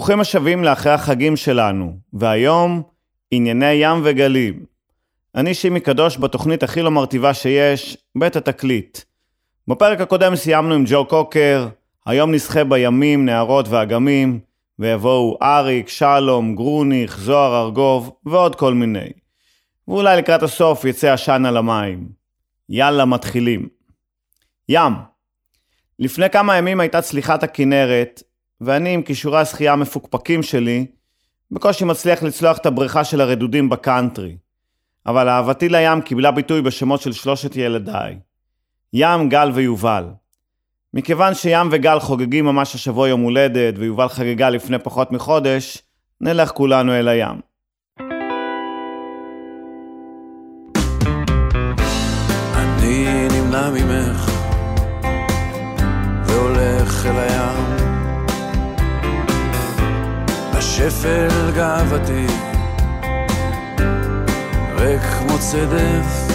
ברוכים השבים לאחרי החגים שלנו, והיום ענייני ים וגלים. אני שימי קדוש בתוכנית הכי לא מרטיבה שיש, בית התקליט. בפרק הקודם סיימנו עם ג'ו קוקר, היום נשחה בימים, נערות ואגמים, ויבואו אריק, שלום, גרוניך, זוהר ארגוב ועוד כל מיני. ואולי לקראת הסוף יצא עשן על המים. יאללה, מתחילים. ים. לפני כמה ימים הייתה צליחת הכנרת, ואני עם כישורי השחייה המפוקפקים שלי, בקושי מצליח לצלוח את הבריכה של הרדודים בקאנטרי. אבל אהבתי לים קיבלה ביטוי בשמות של שלושת ילדיי. ים, גל ויובל. מכיוון שים וגל חוגגים ממש השבוע יום הולדת, ויובל חגגה לפני פחות מחודש, נלך כולנו אל הים. אני נמנע ממך והולך אל הים, בשפל גאוותי ריק כמו צדף,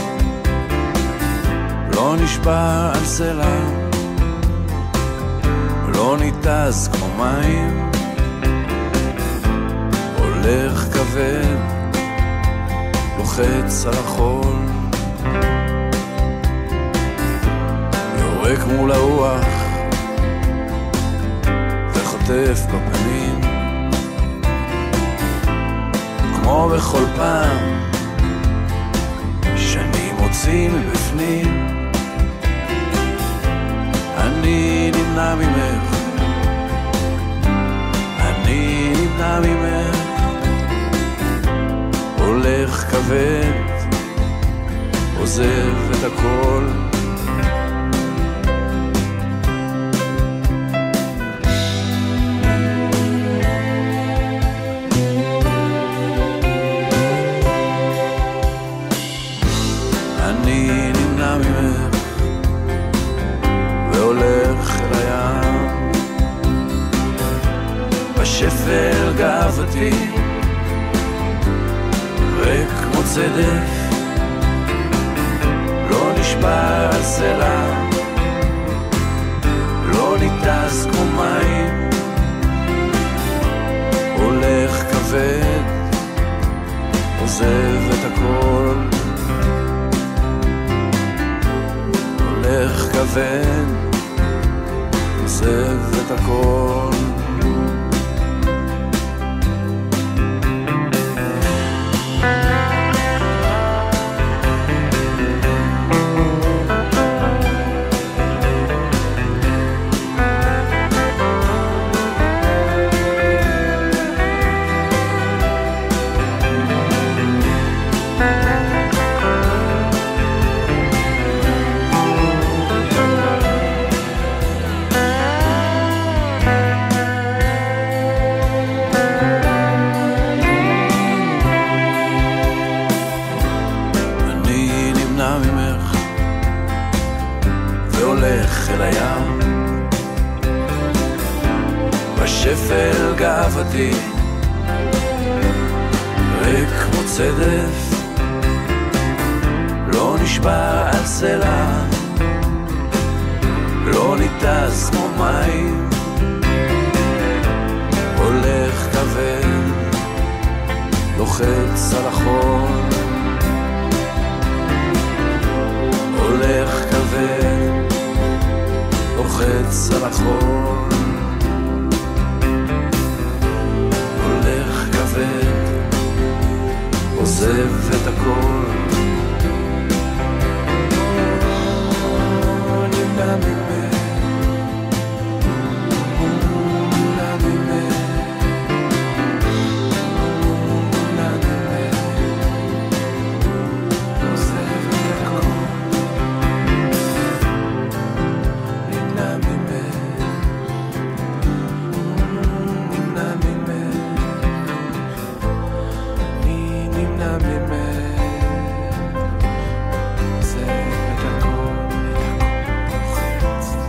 לא נשבע על סלע, לא ניתז כמו מים, הולך כבד, לוחץ על החול, יורק מול הרוח וחוטף בפנים, כמו בכל פעם שאני מוציא מבפנים. אני נמנע ממך, אני נמנע ממך, הולך כבד, עוזב את הכל, אני נמנע ממך והולך אל הים, בשפל גאוותי ריק כמו צדף, לא נשבע על סלע, לא ניתז כמו מים, הולך כבד, עוזב את הכל, הולך כבד, עוזב את הכל. בשפל גאוותי ריק כמו צדף, לא נשבע על סלע, לא ניתז כמו מים, הולך כבד, לוחץ על החול, הולך כבד, לוחץ על החול, עוזב את הכל, נמנע ממך, נמנע ממך, נמנע ממך, עוזב את הכל, נמנע ממך, נמנע ממך, נמנע ממך, עוזב את הכל, את הכל פוחץ.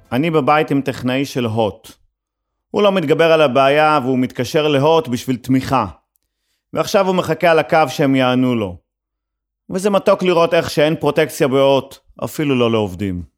אני בבית עם טכנאי של הוט. הוא לא מתגבר על הבעיה והוא מתקשר להוט בשביל תמיכה. ועכשיו הוא מחכה על הקו שהם יענו לו. וזה מתוק לראות איך שאין פרוטקציה בהוט, אפילו לא לעובדים.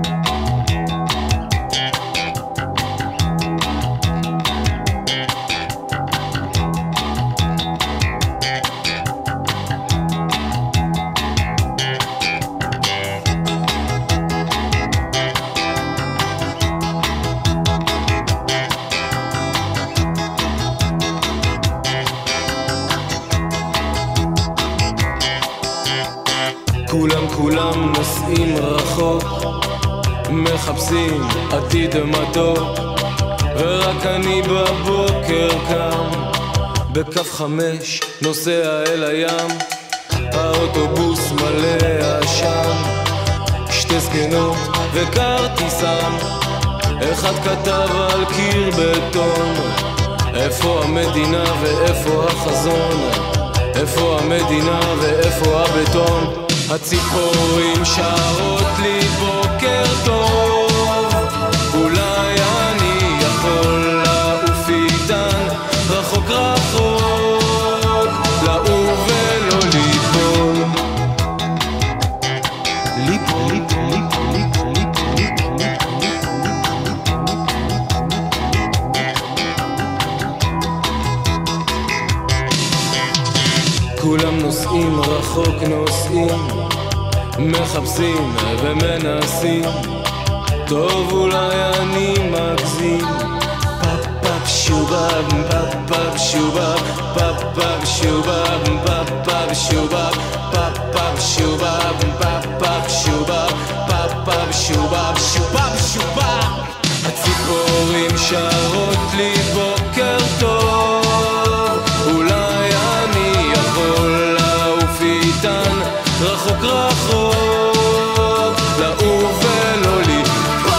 כולם נוסעים רחוק, מחפשים עתיד מתוק, ורק אני בבוקר קם, בקו 5 נוסע אל הים, האוטובוס מלא עשן, שתי זקנות וכרטיסן, אחד כתב על קיר בטון, איפה המדינה ואיפה החזון, איפה המדינה ואיפה הבטון. הציפורים שרות לי בוקר טוב, אולי אני יכול לעוף איתן רחוק רחוק, לעוף ולא ליפול. כולם נוסעים רחוק, נוסעים מחפשים ומנסים, טוב אולי אני מגזים. פאפ פאפ שובב, פאפ פאפ שובב, פאפ פאפ שובב, פאפ פאפ שובב, פאפ פאפ שובב, פאפ פאפ שובב, פאפ פאפ שובב, שובב שובב. הציפורים שרות לי בוקר טוב, אולי אני יכול לעוף איתן רחוק רחוק, לעוף ולא ליפול.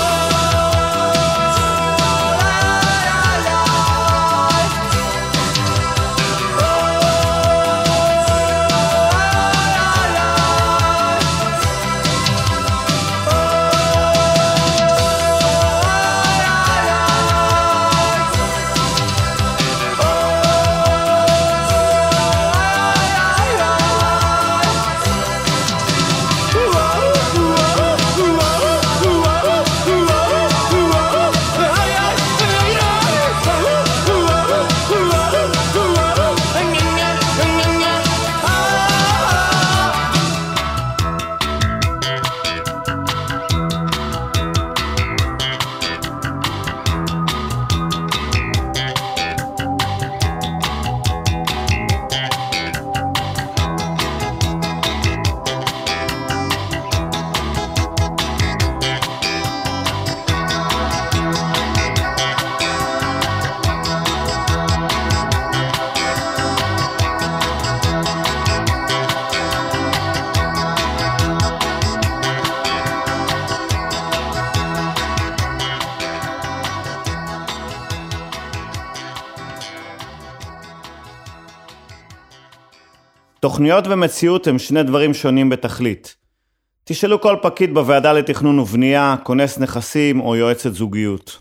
תוכניות ומציאות הם שני דברים שונים בתכלית. תשאלו כל פקיד בוועדה לתכנון ובנייה, כונס נכסים או יועצת זוגיות.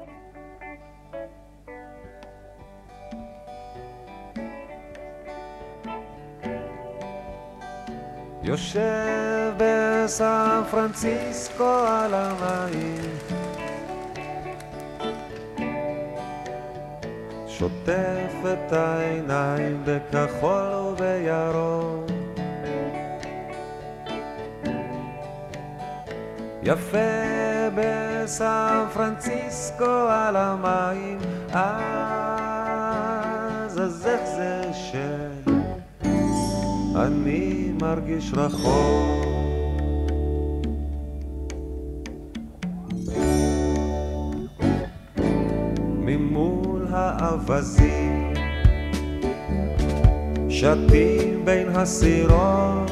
יושב בסן פרנסיסקו על המים, שוטף את העיניים בכחול ובירוק, יפה בסן פרנסיסקו על המים, אז איך זה שאני מרגיש רחוק, ממול האבזים שתים בין הסירות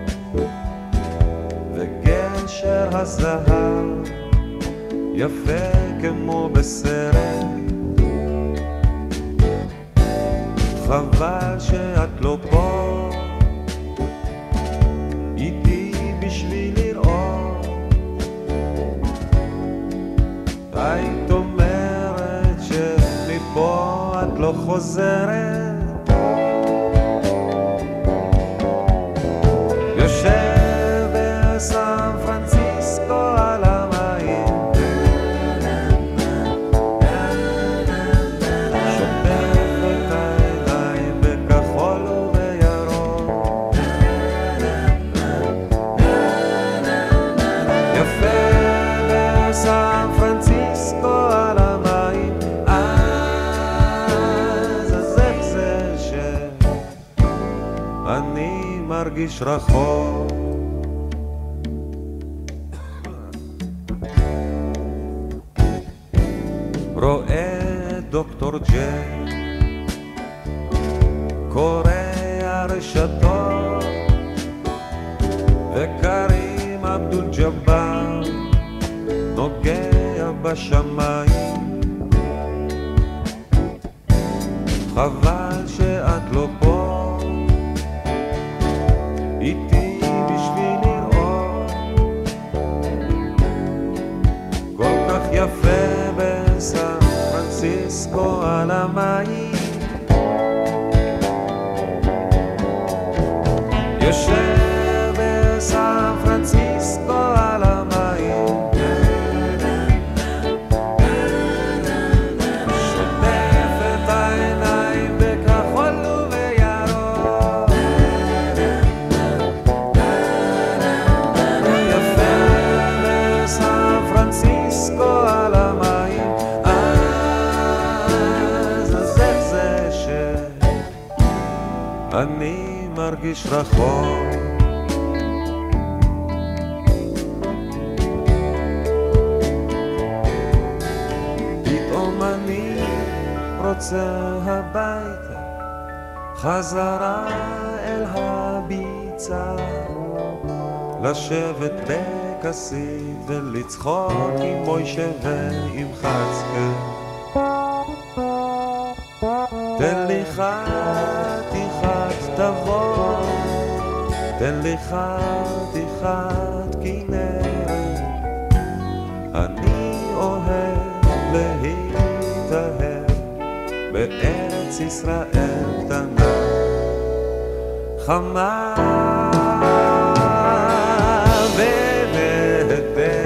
וגשר הזהב יפה כמו בסרט, חבל שאת לא פה איתי בשביל לראות לא חוזרת, יושב בסן פרנסיסקו על המים, שוטף את העיניים בכחול ובירוק, יפה בסן פרנסיסקו על המים. אז איך זה שאני מרגיש רחוק, רואה דוקטור ג'ק קורא הרשתות, וקרים אבדול ג'בר נוגע בשמיים. חבל שאת לא פה איתי בשביל לראות, כל כך יפה בסן פרנסיסקו על המים. יושב בסן פרנסיסקו על המים, שוטף את העיניים בכחול ובירוק, יפה בסן פרנסיסקו על המים. אז איך זה שאני מרגיש רחוק, פתאום אני רוצה הביתה, חזרה אל הביצה, לשבת בכסית ולצחוק עם מוישה ועם חצקה. תן לי חתיכת תבוא, תן לי חתיכת כנרת, אני אוהב להתאהב בארץ ישראל קטנה, חמה ונהדרת.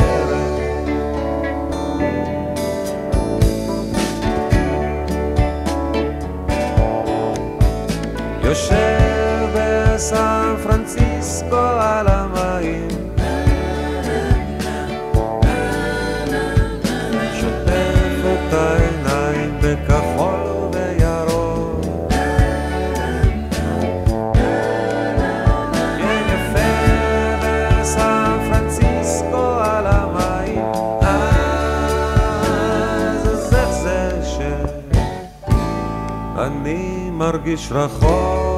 יושב בסן פרנסיסקו על המים, שוטף את העיניים בכחול ובירוק, יפה בסן פרנסיסקו על המים. אז איך זה שאני מרגיש רחוק,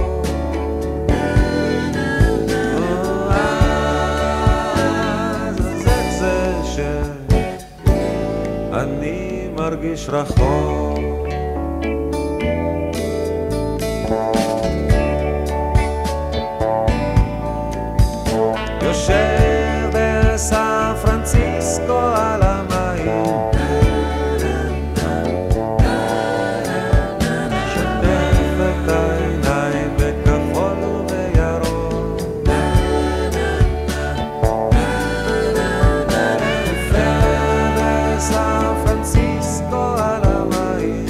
אני מרגיש רחוק. יושב בסן פרנסיסקו על המים, שוטף את העיניים בכחול ובירוק, יפה בסן פרנסיסקו על המים.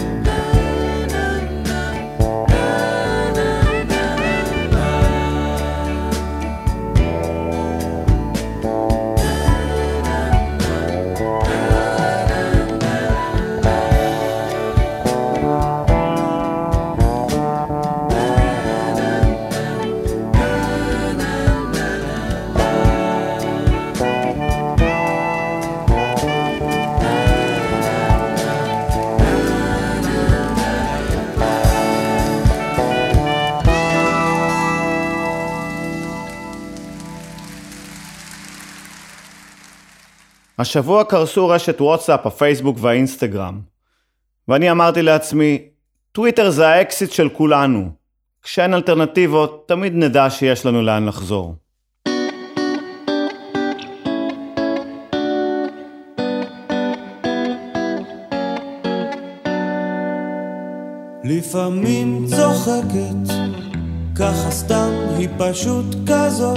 השבוע קרסו רשת וואטסאפ, הפייסבוק והאינסטגרם. ואני אמרתי לעצמי, טוויטר זה האקסיט של כולנו. כשאין אלטרנטיבות, תמיד נדע שיש לנו לאן לחזור. לפעמים צוחקת, ככה סתם היא פשוט כזאת,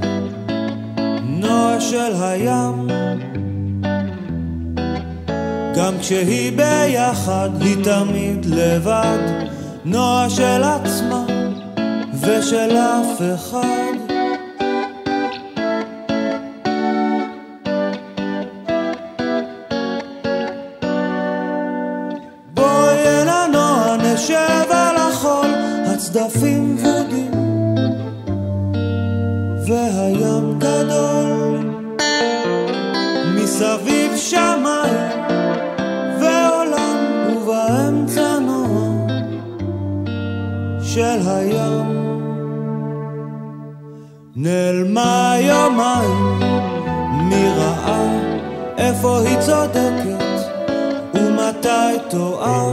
נועה של הים. גם כשהיא ביחד היא תמיד לבד, נועה של עצמה ושל אף אחד. בואי אל הנועה נשב על החול, הצדפים וודים והים גדול, מסביב שמיים ועולם ובאמצע נועה של הים. נעלמה יומיים, מי ראה איפה היא צודקת ומתי טועה.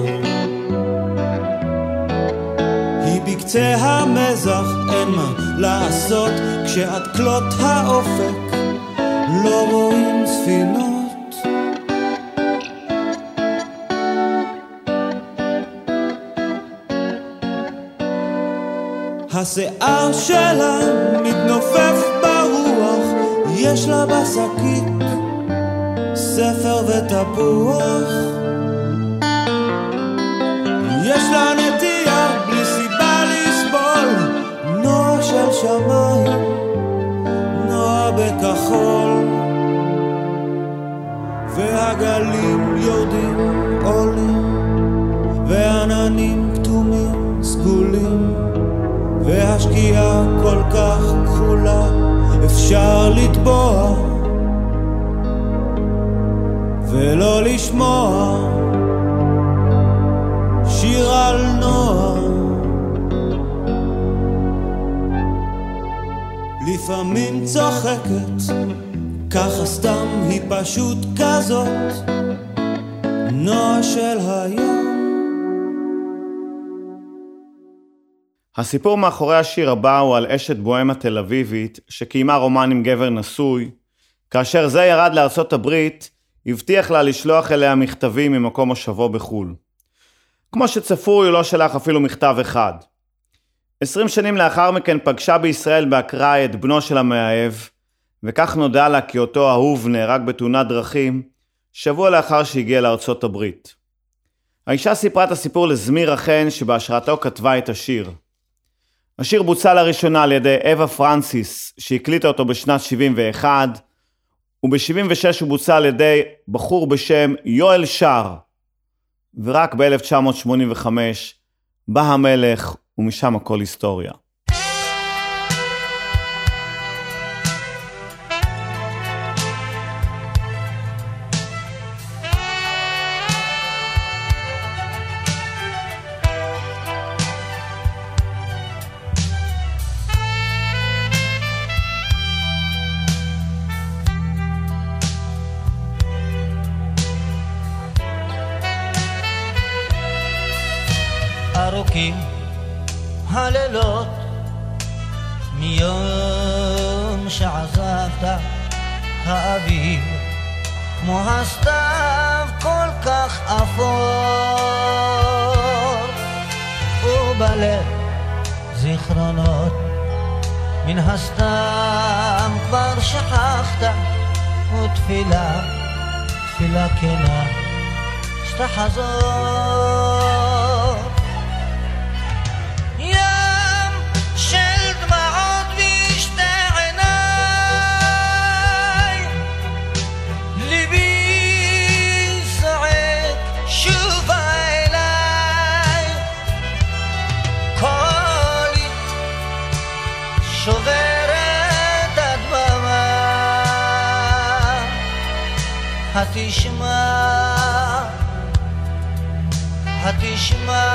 היא בקצה המזח, אין מה לעשות, כשעד כלות האופק לא רואים ספינות. השיער שלה מתנופף ברוח, יש לה בשקית ספר ותפוח. יש לה נטייה בלי סיבה לסבול, נועה של שמיים, נועה בכחול. והגלים יורדים עולים, ועננים כתומים סגולים, והשקיעה כל כך כחולה, אפשר לטבוע ולא לשמוע שיר על נועה. לפעמים צוחקת, ככה סתם היא פשוט כזאת, נועה של הים. הסיפור מאחורי השיר הבא הוא על אשת בוהמה תל אביבית שקיימה רומן עם גבר נשוי. כאשר זה ירד לארצות הברית, הבטיח לה לשלוח אליה מכתבים ממקום מושבו בחול. כמו שצפוי, הוא לא שלח אפילו מכתב אחד. 20 שנים לאחר מכן פגשה בישראל באקראי את בנו של המאהב, וכך נודע לה כי אותו אהוב נהרג בתאונת דרכים, שבוע לאחר שהגיע לארצות הברית. האישה סיפרה את הסיפור לזמיר החן שבהשראתו כתבה את השיר. השיר בוצע לראשונה על ידי אווה פרנסיס, שהקליטה אותו בשנת 71, וב-76 הוא בוצע על ידי בחור בשם יואל שר, ורק ב-1985 בא המלך ומשם הכל היסטוריה. ארוכים הלילות מיום שעזבת, האביב כמו הסתיו כל כך אפור, ובלב זיכרונות מן הסתם כבר שכחת, ותפילה תפילה כנה שתחזור. התשמע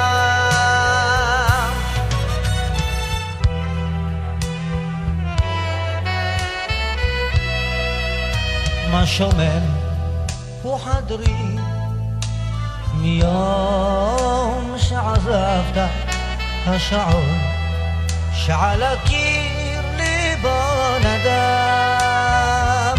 מה שומם הוא חדרי מיום שעזבת, השעון שעל הקיר ליבון אדם,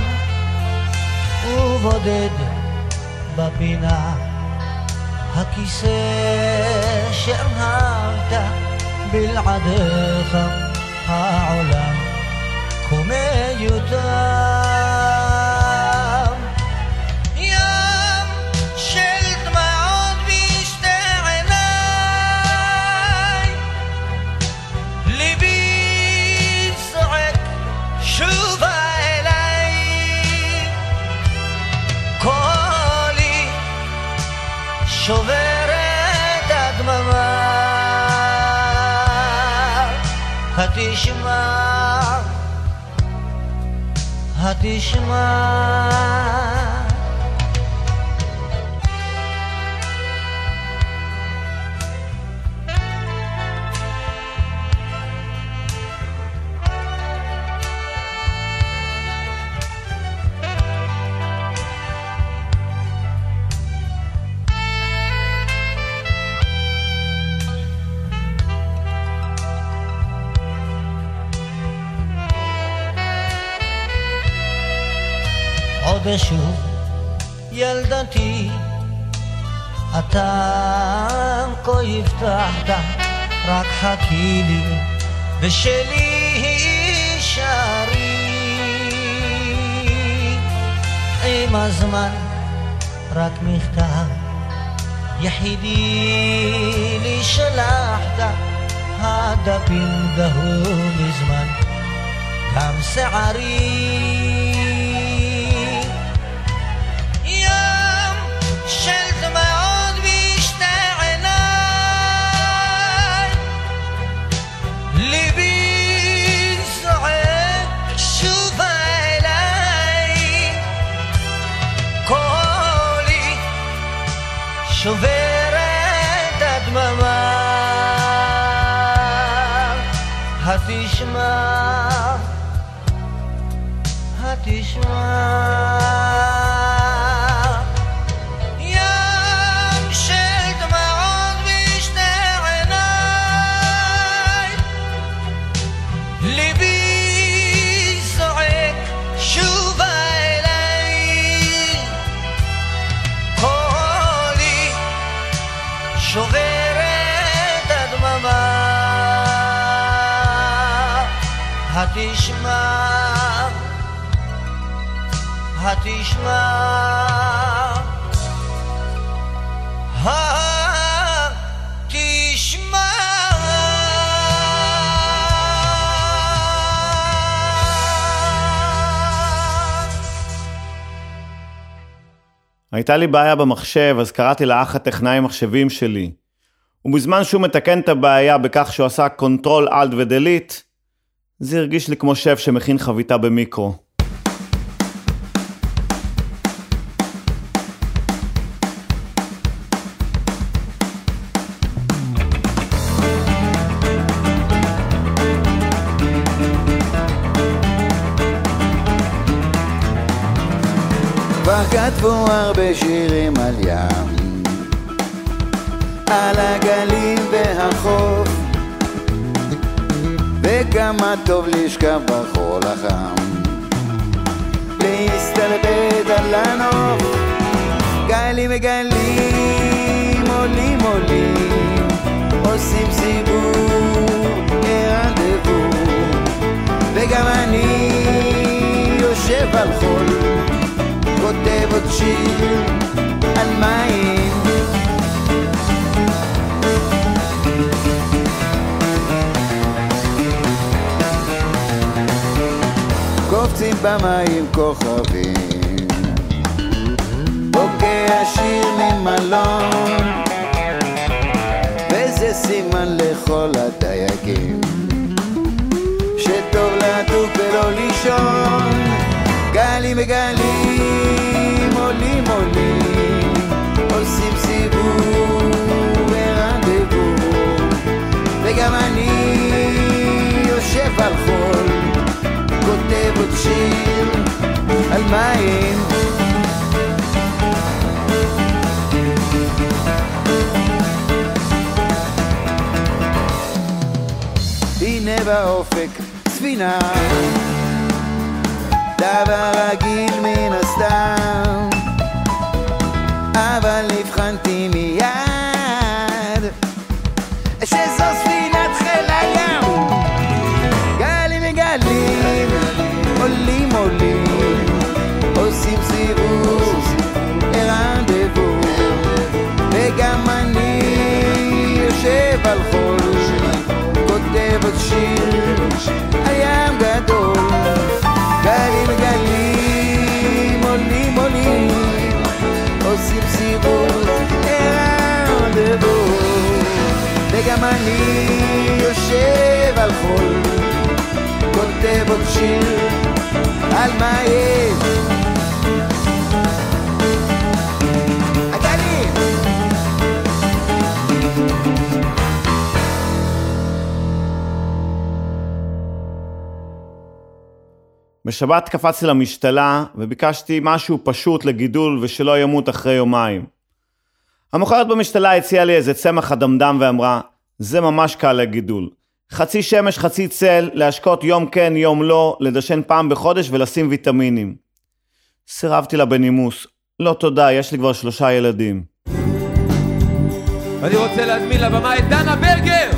ובודד בפינה הכיסא שאהבת בלעדיך העולם כה מיותר ים של דמעות בשתי עיניי ליבי זועק שובה אליי קולי שובר את הדממה התשמע עוד שוב ילדתי אתה כה הבטחת רק חכי לי ושלי שערי עם הזמן רק מכתב יחידי לי שלחת הדפים דהו מזמן גם שערי של דמעות בשתי עיניי ליבי זועק שובה אליי קולי שובר את הדממה התשמע הייתה לי בעיה במחשב, אז קראתי לאח הטכנאי מחשבים שלי. ובזמן שהוא מתקן את הבעיה בכך שהוא עשה קונטרול, אלט ודליט, זה הרגיש לי כמו שף שמכין חביתה במיקרו. כבר כתבו הרבה שירים על ים, על הגלים והחוף, וכמה טוב לשכב בחול החם, להסתלבט על הנוף. גלים וגלים עולים עולים, עושים סיבוב רנדבו, וגם אני יושב על חול, כותב עוד שיר על מים. קופצים במים כוכבים, בוקע שיר ממלון, וזה סימן לכל הדייגים שטוב לדוק ולא לישון. גלים וגלים עולים עולים, עושים סיבוב ורנדבו, וגם אני יושב על חול, כותב עוד שיר על מים. הנה באופק ספינה, דבר רגיל מן הסתם, אבל נבחנתי מיד יושב על חול, כותב עוד שיר, הים גדול, גלים גלים, עולים עולים, עושים סיבוב, רנדבו, וגם אני יושב על חול, כותב עוד שיר, על מה יש? הגלים! בשבת קפצתי למשתלה וביקשתי משהו פשוט לגידול ושלא ימות אחרי יומיים. המוכרת במשתלה הציעה לי איזה צמח אדמדם ואמרה, זה ממש קל לגידול. חצי שמש, חצי צל, להשקות יום כן, יום לא, לדשן פעם בחודש ולשים ויטמינים. סירבתי לה בנימוס. לא תודה, יש לי כבר 3 ילדים. אני רוצה להזמין לבמה את דנה ברגר!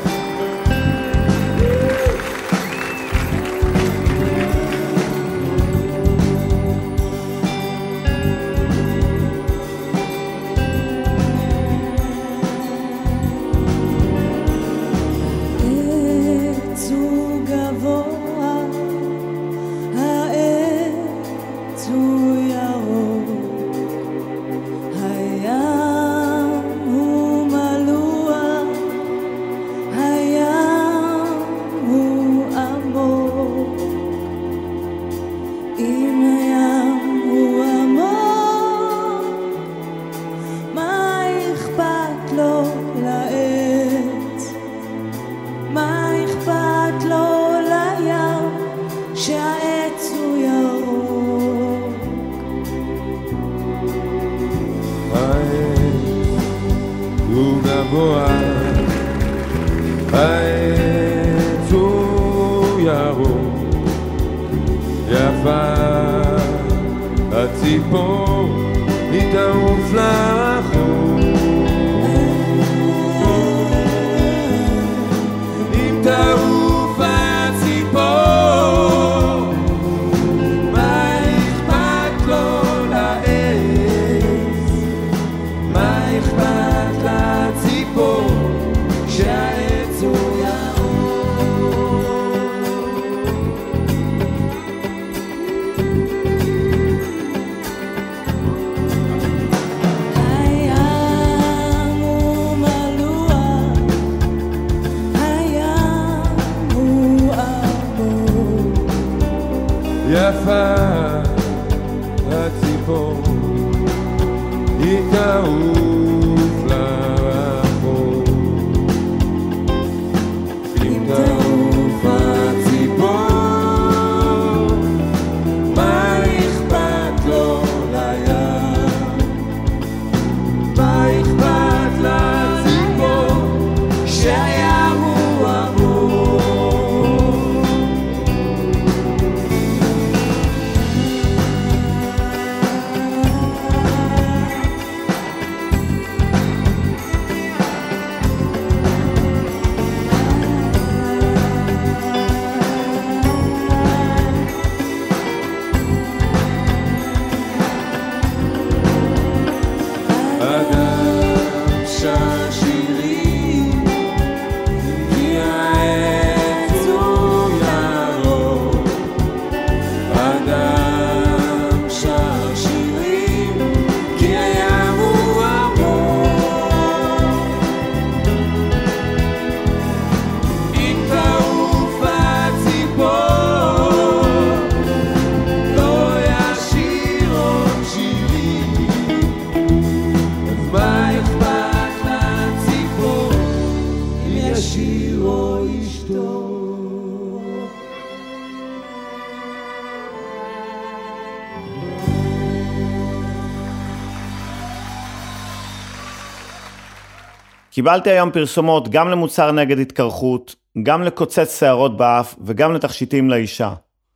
קיבלתי היום פרסומות גם למוצר נגד התקרחות, גם לקוצץ שערות באף וגם לתכשיטים לאישה.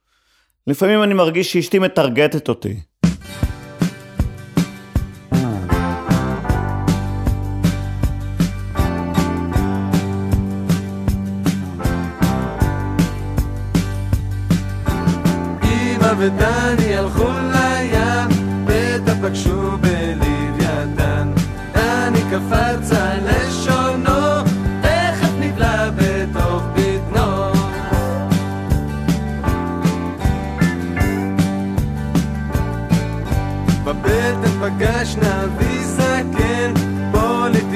לפעמים אני מרגיש שאשתי מטרגטת אותי. אמא ודני הלכו לים, בטח פגשו בלוויתן. דני קפץ על לשונו,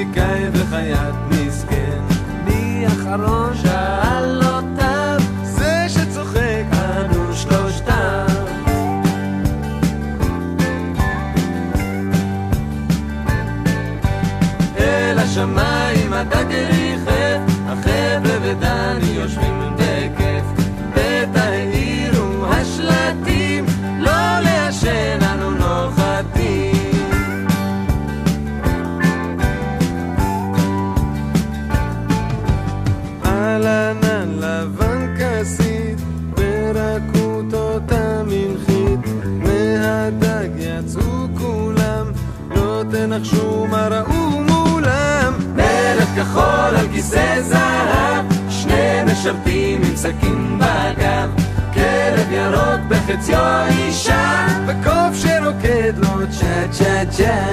פוליטיקאי וחייט מסכן. מי אחרון שאל אותם, זה שצוחק אנו שלושתם. אל השמיים הדג יריחף, החבר'ה ודני יושבים בכיף. בית העירו השלטים, לא לעשן אנו נוחתים. על ענן לבן כסית, ברכות אותה מנחית. מהדג יצאו כולם, לא תנחשו מה ראו מולם. מלך כחול על כיסא זהב, שני משרתים עם סכין בגב. כלב ירוק בחציו אישה, וקוף שרוקד לו צ'ה צ'ה צ'ה.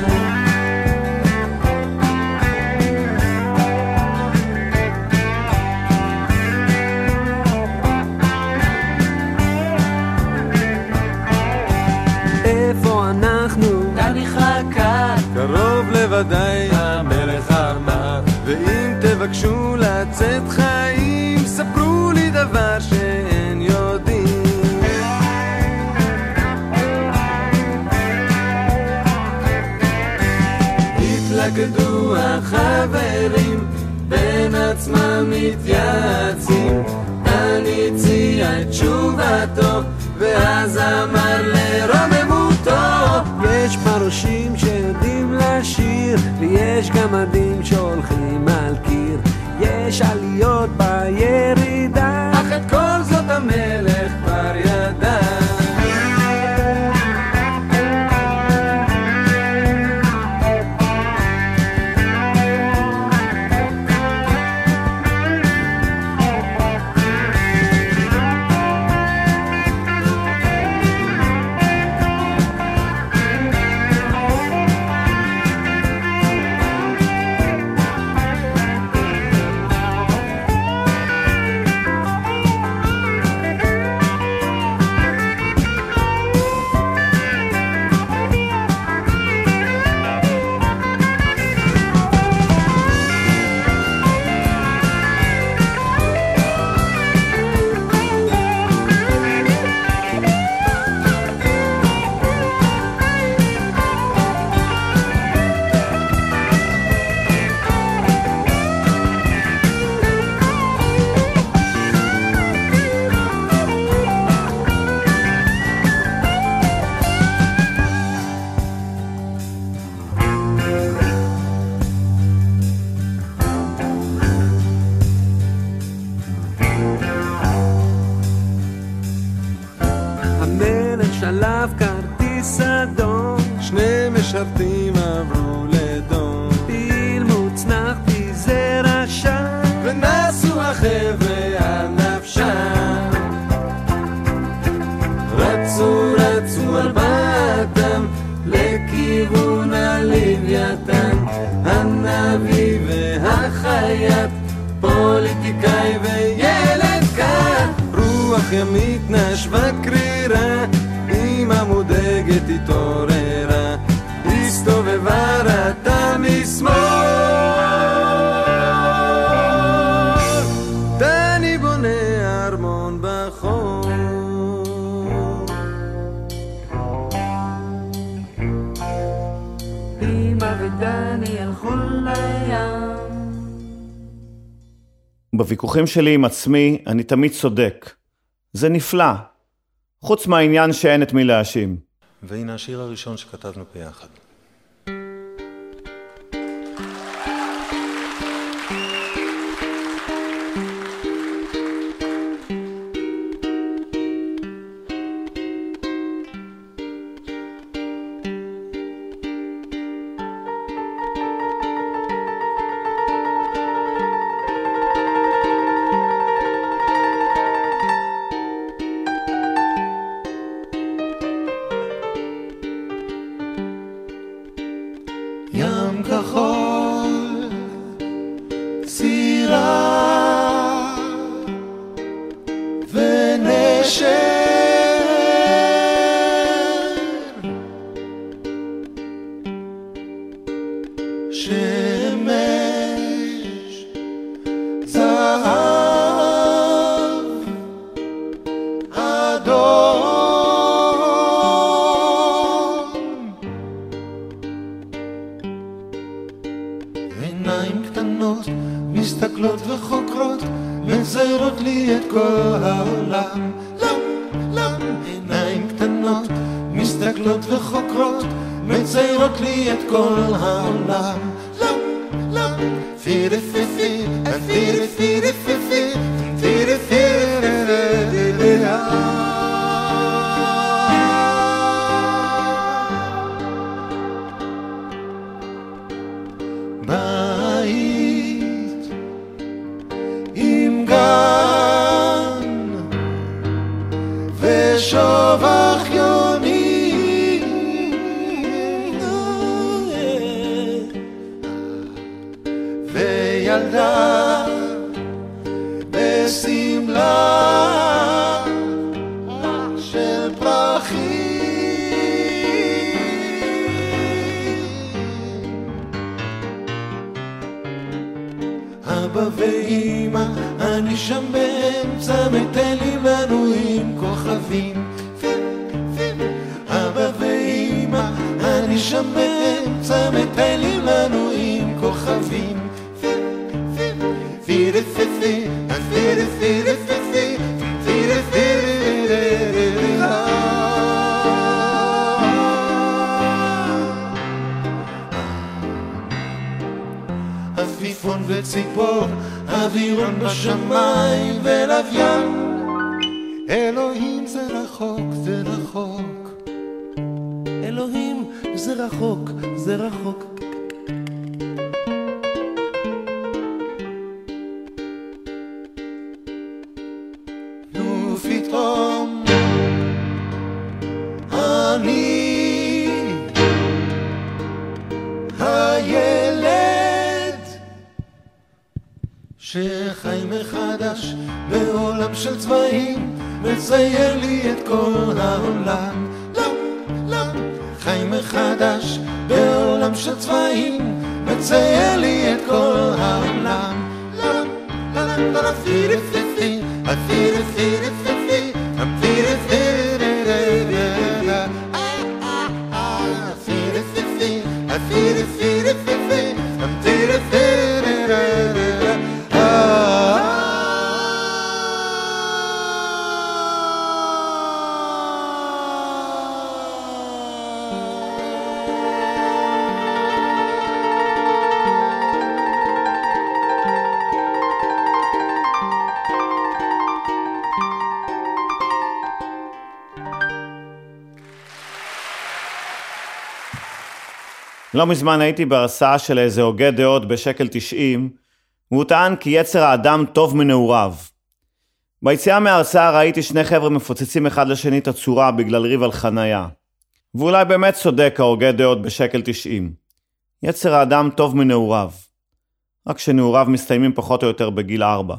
איפה אנחנו? דני חכה, קרוב לוודאי המלך אמר. ואם תבקשו לצאת חיים, ספרו לי דבר שאין יודעים. התלכדו החברים, בין עצמם מתייעצים. דני הציע את תשובתו, ואז אמר לרוממותו, יש פרושים שיודעים לשיר, ויש גמדים שהולכים על קיר. יש עליות בירידה, אך את כל זאת המלך כבר ידע. שלב כרטיס אדום, שני משרתים עברו לדום. פיל מוצנח פיזר עשן, ונסו החבר'ה על נפשם. רצו ארבעתם לכיוון הלוויתן, הנביא והחייט, פוליטיקאי וילד קט. רוח ימית נשבה קרירה, אמא מודאגת התעוררה, הסתובבה ראתה משמאל. דני בונה ארמון בחור, אמא ודני הלכו לים. בוויכוחים שלי עם עצמי אני תמיד צודק. זה נפלא. חוץ מהעניין שאין את מי להאשים. והנה השיר הראשון שכתבנו ביחד. עיניים קטנות מסתכלות וחוקרות, מציירות לי את כל העולם. עיניים קטנות מסתכלות וחוקרות, מציירות לי את כל העולם. פירי פירי פירי פירי פירי פירי פירי בית עם גן ושובח יוני, וילדה בסמלה של פרחים. אבא ואמא, אני שם באמצע, מטיילים לנו עם כוכבים. אבא ואמא, אני שם באמצע, מטיילים לנו עם כוכבים. פירי פירי פירי פירי פירי פירי פירי עפיפון וציפור, אווירון בשמיים ולוויין. אלוהים זה רחוק, זה רחוק. אלוהים זה רחוק, זה רחוק. ופתאום אני הילד שחי מחדש בעולם של צבעים, מצייר לי את כל העולם. חי מחדש בעולם של צבעים, מצייר לי את כל העולם. פירי פירי פירי פירי פירי פירי פירי פירי פירי לא מזמן הייתי בהרצאה של איזה הוגה דעות בשקל 90, והוא טען כי יצר האדם טוב מנעוריו. ביציאה מההרצאה ראיתי שני חבר'ה מפוצצים אחד לשני את הצורה בגלל ריב על חנייה. ואולי באמת צודק ההוגה דעות בשקל 90. יצר האדם טוב מנעוריו. רק שנעוריו מסתיימים פחות או יותר בגיל 4.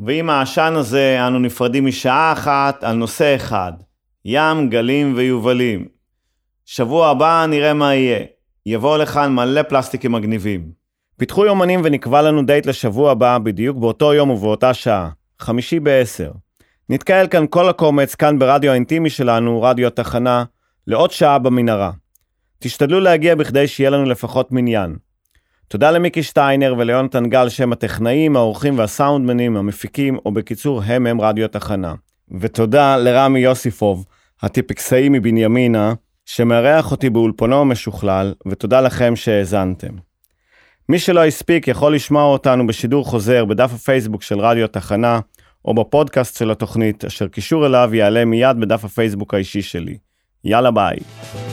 ועם העשן הזה אנו נפרדים משעה אחת על נושא אחד, ים, גלים ויובלים. שבוע הבא נראה מה יהיה. יבוא לכאן מלא פלסטיקים מגניבים. פיתחו יומנים ונקבע לנו דייט לשבוע הבא בדיוק באותו יום ובאותה שעה, 5:50. נתקהל כאן כל הקומץ כאן ברדיו האינטימי שלנו, רדיו התחנה, לעוד שעה במנהרה. תשתדלו להגיע בכדי שיהיה לנו לפחות מניין. תודה למיקי שטיינר וליונתן גל שם הטכנאים, האורחים והסאונדמנים, המפיקים, או בקיצור הם רדיו התחנה. ותודה לרמי יוסיפוב, הטיפקסאי מבנימינה, שמארח אותי באולפנו המשוכלל, ותודה לכם שהאזנתם. מי שלא הספיק יכול לשמוע אותנו בשידור חוזר בדף הפייסבוק של רדיו התחנה, או בפודקאסט של התוכנית, אשר קישור אליו יעלה מיד בדף הפייסבוק האישי שלי. יאללה ביי.